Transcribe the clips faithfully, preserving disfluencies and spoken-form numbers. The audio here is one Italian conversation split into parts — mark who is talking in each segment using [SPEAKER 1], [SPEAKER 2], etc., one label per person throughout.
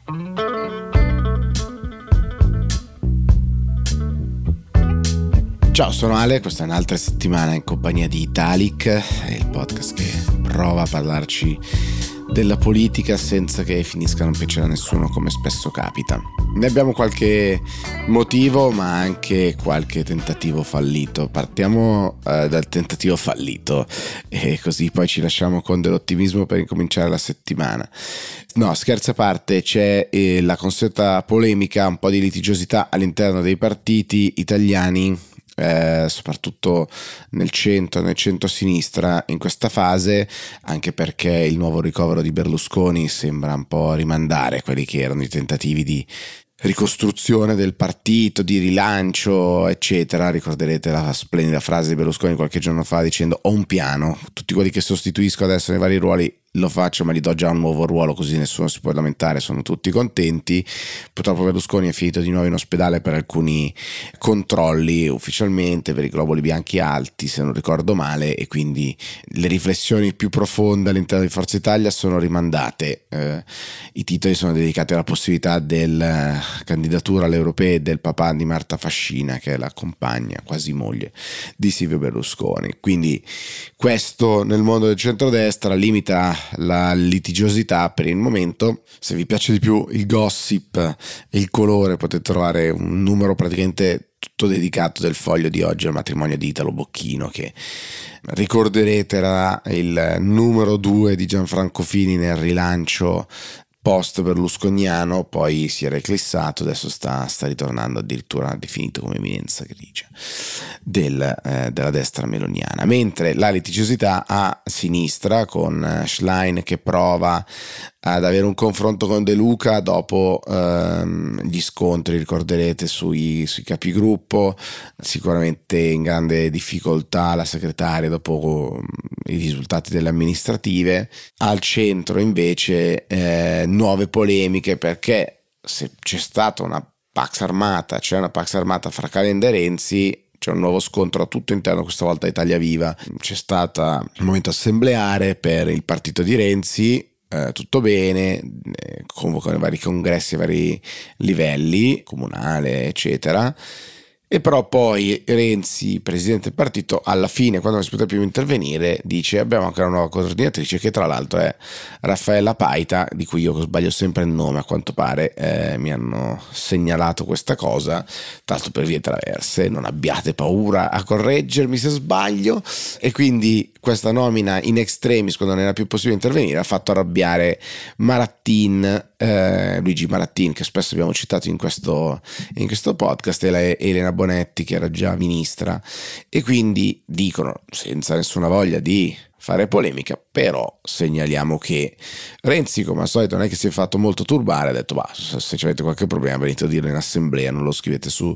[SPEAKER 1] Ciao, sono Ale, questa è un'altra settimana in compagnia di Italic, il podcast che prova a parlarci della politica senza che finisca a non piacere a nessuno, come spesso capita. Ne abbiamo qualche motivo, ma anche qualche tentativo fallito. Partiamo eh, dal tentativo fallito e così poi ci lasciamo con dell'ottimismo per incominciare la settimana. No, scherzi a parte, c'è eh, la consueta polemica, un po' di litigiosità all'interno dei partiti italiani, Eh, soprattutto nel centro, nel centro-sinistra in questa fase, anche perché il nuovo ricovero di Berlusconi sembra un po' rimandare quelli che erano i tentativi di ricostruzione del partito, di rilancio, eccetera. Ricorderete la splendida frase di Berlusconi qualche giorno fa dicendo: ho un piano, tutti quelli che sostituisco adesso nei vari ruoli lo faccio, ma gli do già un nuovo ruolo, così nessuno si può lamentare, sono tutti contenti. Purtroppo Berlusconi è finito di nuovo in ospedale per alcuni controlli ufficialmente, per i globuli bianchi alti se non ricordo male, e quindi le riflessioni più profonde all'interno di Forza Italia sono rimandate. Eh, i titoli sono dedicati alla possibilità della candidatura alle europee del papà di Marta Fascina, che è la compagna, quasi moglie, di Silvio Berlusconi. Quindi questo nel mondo del centrodestra limita la litigiosità per il momento. Se vi piace di più il gossip e il colore, potete trovare un numero praticamente tutto dedicato del Foglio di oggi al matrimonio di Italo Bocchino, che ricorderete era il numero due di Gianfranco Fini nel rilancio post berlusconiano, poi si era eclissato, adesso sta, sta ritornando, addirittura definito come eminenza grigia del, eh, della destra meloniana. Mentre la litigiosità a sinistra, con Schlein che prova ad avere un confronto con De Luca dopo ehm, gli scontri, ricorderete, sui, sui capigruppo, sicuramente in grande difficoltà la segretaria dopo i risultati delle amministrative. Al centro invece eh, nuove polemiche, perché se c'è stata una Pax Armata, c'è una Pax Armata fra Calenda e Renzi, c'è un nuovo scontro a tutto interno, questa volta Italia Viva. C'è stato il momento assembleare per il partito di Renzi, eh, tutto bene, eh, convocano vari congressi a vari livelli, comunale eccetera. E però poi Renzi, presidente del partito, alla fine, quando non si poteva più intervenire, dice: abbiamo anche una nuova coordinatrice, che tra l'altro è Raffaella Paita, di cui io sbaglio sempre il nome a quanto pare. Eh, mi hanno segnalato questa cosa, tra l'altro per vie traverse, non abbiate paura a correggermi se sbaglio. E quindi questa nomina in extremis, quando non era più possibile intervenire, ha fatto arrabbiare Marattin, eh, Luigi Marattin, che spesso abbiamo citato in questo, in questo podcast, e la Elena Bonetti, che era già ministra. E quindi dicono, senza nessuna voglia di fare polemica, però segnaliamo che Renzi, come al solito, non è che si è fatto molto turbare, ha detto: bah, se avete qualche problema venite a dirlo in assemblea, non lo scrivete su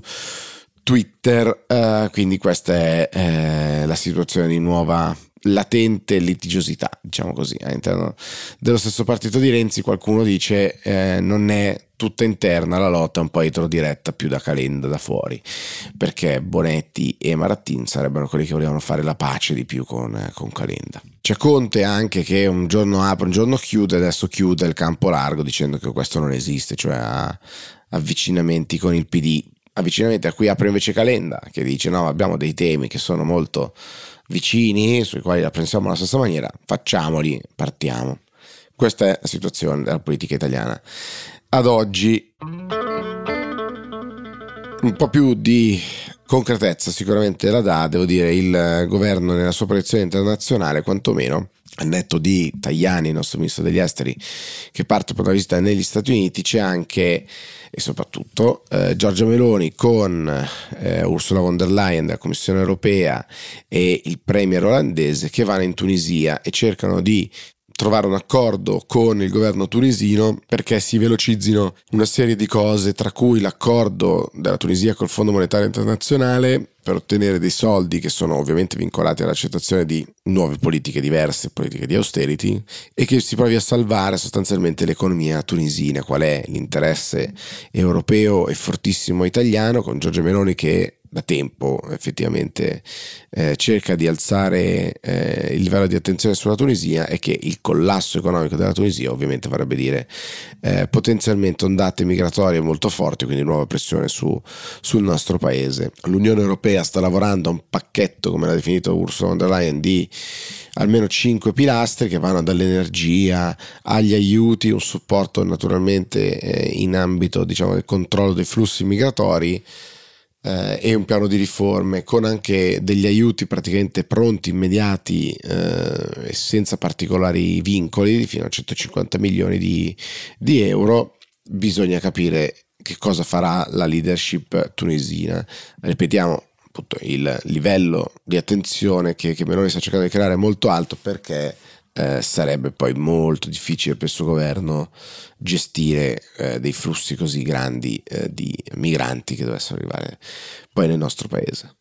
[SPEAKER 1] Twitter. Uh, quindi questa è eh, la situazione di nuova latente litigiosità, diciamo così, all'interno dello stesso partito di Renzi. Qualcuno dice eh, non è tutta interna la lotta, un po' eterodiretta più da Calenda, da fuori, perché Bonetti e Marattin sarebbero quelli che volevano fare la pace di più con, con Calenda. C'è Conte anche, che un giorno apre, un giorno chiude, adesso chiude il campo largo dicendo che questo non esiste, cioè ha avvicinamenti con il P D, avvicinamenti a cui apre invece Calenda, che dice: no, abbiamo dei temi che sono molto vicini, sui quali la pensiamo alla stessa maniera, facciamoli, partiamo. Questa è la situazione della politica italiana ad oggi. Un po' più di concretezza sicuramente la dà, devo dire, il governo nella sua proiezione internazionale, quantomeno al netto di Tajani, il nostro ministro degli esteri, che parte per una visita negli Stati Uniti. C'è anche e soprattutto eh, Giorgia Meloni con eh, Ursula von der Leyen della Commissione Europea e il premier olandese, che vanno in Tunisia e cercano di trovare un accordo con il governo tunisino perché si velocizzino una serie di cose, tra cui l'accordo della Tunisia col Fondo Monetario Internazionale per ottenere dei soldi che sono ovviamente vincolati all'accettazione di nuove politiche diverse, politiche di austerity, e che si provi a salvare sostanzialmente l'economia tunisina. Qual è l'interesse europeo e fortissimo italiano, con Giorgia Meloni che da tempo effettivamente eh, cerca di alzare eh, il livello di attenzione sulla Tunisia è che il collasso economico della Tunisia ovviamente vorrebbe dire eh, potenzialmente ondate migratorie molto forti, quindi nuova pressione su, sul nostro paese. L'Unione Europea sta lavorando a un pacchetto, come l'ha definito Ursula von der Leyen, di almeno cinque pilastri che vanno dall'energia agli aiuti, un supporto naturalmente eh, in ambito, diciamo, del controllo dei flussi migratori, eh, e un piano di riforme con anche degli aiuti praticamente pronti, immediati eh, e senza particolari vincoli fino a centocinquanta milioni di, di euro. Bisogna capire che cosa farà la leadership tunisina. Ripetiamo, appunto, il livello di attenzione che, che Meloni sta cercando di creare è molto alto, perché eh, sarebbe poi molto difficile per il suo governo gestire eh, dei flussi così grandi eh, di migranti che dovessero arrivare poi nel nostro paese.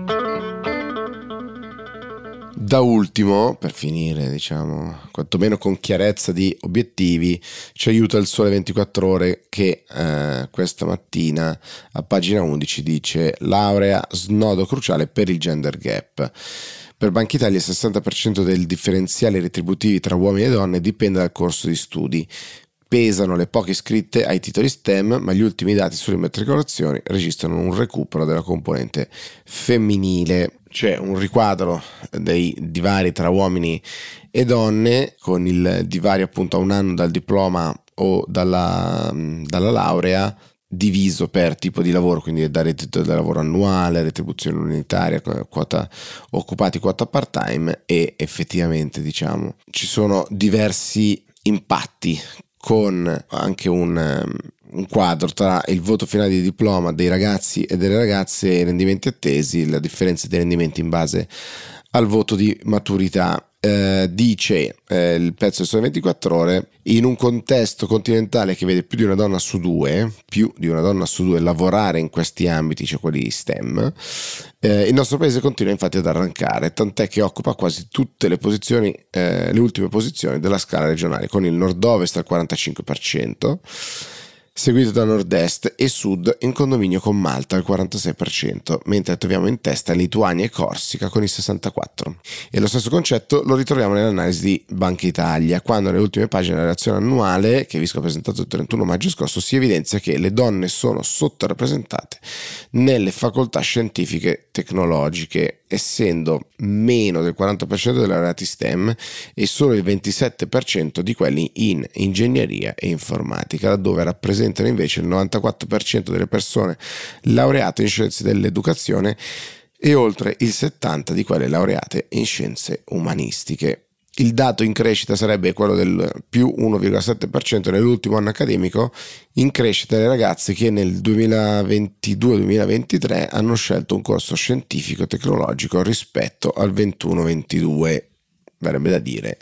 [SPEAKER 1] Da ultimo, per finire, diciamo, quantomeno con chiarezza di obiettivi, ci aiuta il Sole ventiquattro Ore che eh, questa mattina a pagina undici dice: laurea snodo cruciale per il gender gap. Per Banca Italia il sessanta per cento del differenziale retributivi tra uomini e donne dipende dal corso di studi. Pesano le poche iscritte ai titoli STEM, ma gli ultimi dati sulle immatricolazioni registrano un recupero della componente femminile. C'è un riquadro dei divari tra uomini e donne, con il divario appunto a un anno dal diploma o dalla, dalla laurea, diviso per tipo di lavoro, quindi da reddito da lavoro annuale, retribuzione unitaria, quota occupati, quota part-time, e effettivamente, diciamo, ci sono diversi impatti, con anche un, un quadro tra il voto finale di diploma dei ragazzi e delle ragazze e i rendimenti attesi, la differenza dei rendimenti in base al voto di maturità. Eh, dice eh, il pezzo del Sole ventiquattro Ore: in un contesto continentale che vede più di una donna su due, più di una donna su due lavorare in questi ambiti, cioè quelli STEM, eh, il nostro paese continua infatti ad arrancare, tant'è che occupa quasi tutte le posizioni, eh, le ultime posizioni della scala regionale, con il nord-ovest al quarantacinque per cento, seguito da nord-est e sud in condominio con Malta al quarantasei per cento, mentre troviamo in testa Lituania e Corsica con il sessantaquattro per cento. E lo stesso concetto lo ritroviamo nell'analisi di Banca Italia, quando nelle ultime pagine della relazione annuale, che Visco ha presentato il trentuno maggio scorso, si evidenzia che le donne sono sottorappresentate nelle facoltà scientifiche tecnologiche, essendo meno del quaranta per cento dei laureati STEM e solo il ventisette per cento di quelli in ingegneria e informatica, laddove rappresentano invece il novantaquattro per cento delle persone laureate in scienze dell'educazione e oltre il settanta per cento di quelle laureate in scienze umanistiche. Il dato in crescita sarebbe quello del più uno virgola sette per cento nell'ultimo anno accademico, in crescita le ragazze che nel duemilaventidue duemilaventitré hanno scelto un corso scientifico tecnologico rispetto al ventuno ventidue, verrebbe da dire,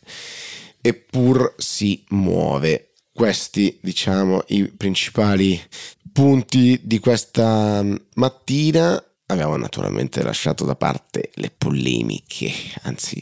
[SPEAKER 1] eppur si muove. Questi, diciamo, i principali punti di questa mattina. Abbiamo naturalmente lasciato da parte le polemiche, anzi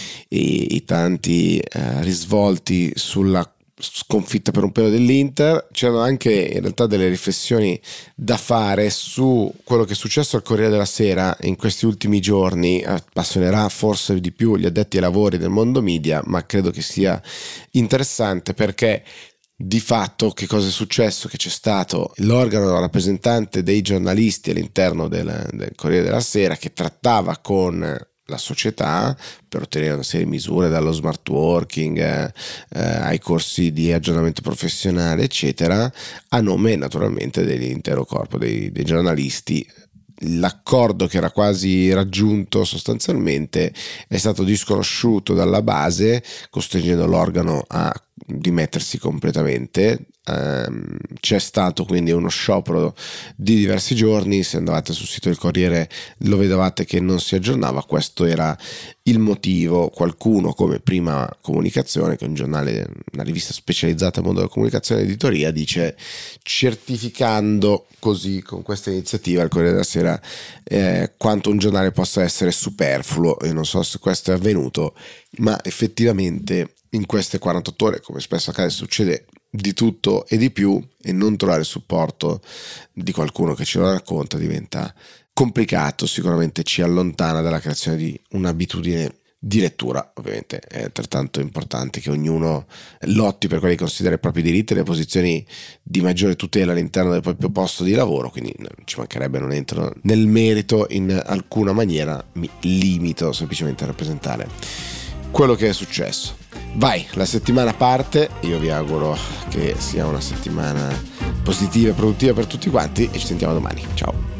[SPEAKER 1] i, i tanti eh, risvolti sulla sconfitta per un pelo dell'Inter. C'erano anche in realtà delle riflessioni da fare su quello che è successo al Corriere della Sera in questi ultimi giorni. Appassionerà forse di più gli addetti ai lavori del mondo media, ma credo che sia interessante, perché di fatto che cosa è successo? Che c'è stato l'organo rappresentante dei giornalisti all'interno del, del Corriere della Sera che trattava con la società per ottenere una serie di misure, dallo smart working eh, eh, ai corsi di aggiornamento professionale eccetera, a nome naturalmente dell'intero corpo dei, dei giornalisti. L'accordo che era quasi raggiunto sostanzialmente è stato disconosciuto dalla base, costringendo l'organo a dimettersi completamente. Um, c'è stato quindi uno sciopero di diversi giorni. Se andavate sul sito del Corriere lo vedevate che non si aggiornava. Questo era il motivo. Qualcuno, come Prima Comunicazione, che è un giornale, una rivista specializzata nel mondo della comunicazione e editoria, dice, certificando così con questa iniziativa il Corriere della Sera eh, quanto un giornale possa essere superfluo. Io non so se questo è avvenuto, ma effettivamente in queste quarantotto ore, come spesso accade, succede di tutto e di più e non trovare il supporto di qualcuno che ce lo racconta diventa complicato, sicuramente ci allontana dalla creazione di un'abitudine di lettura. Ovviamente è altrettanto importante che ognuno lotti per quelli che considera i propri diritti e le posizioni di maggiore tutela all'interno del proprio posto di lavoro, quindi ci mancherebbe, non entro nel merito in alcuna maniera, mi limito semplicemente a rappresentare quello che è successo. Vai, la settimana parte, io vi auguro che sia una settimana positiva e produttiva per tutti quanti e ci sentiamo domani. Ciao.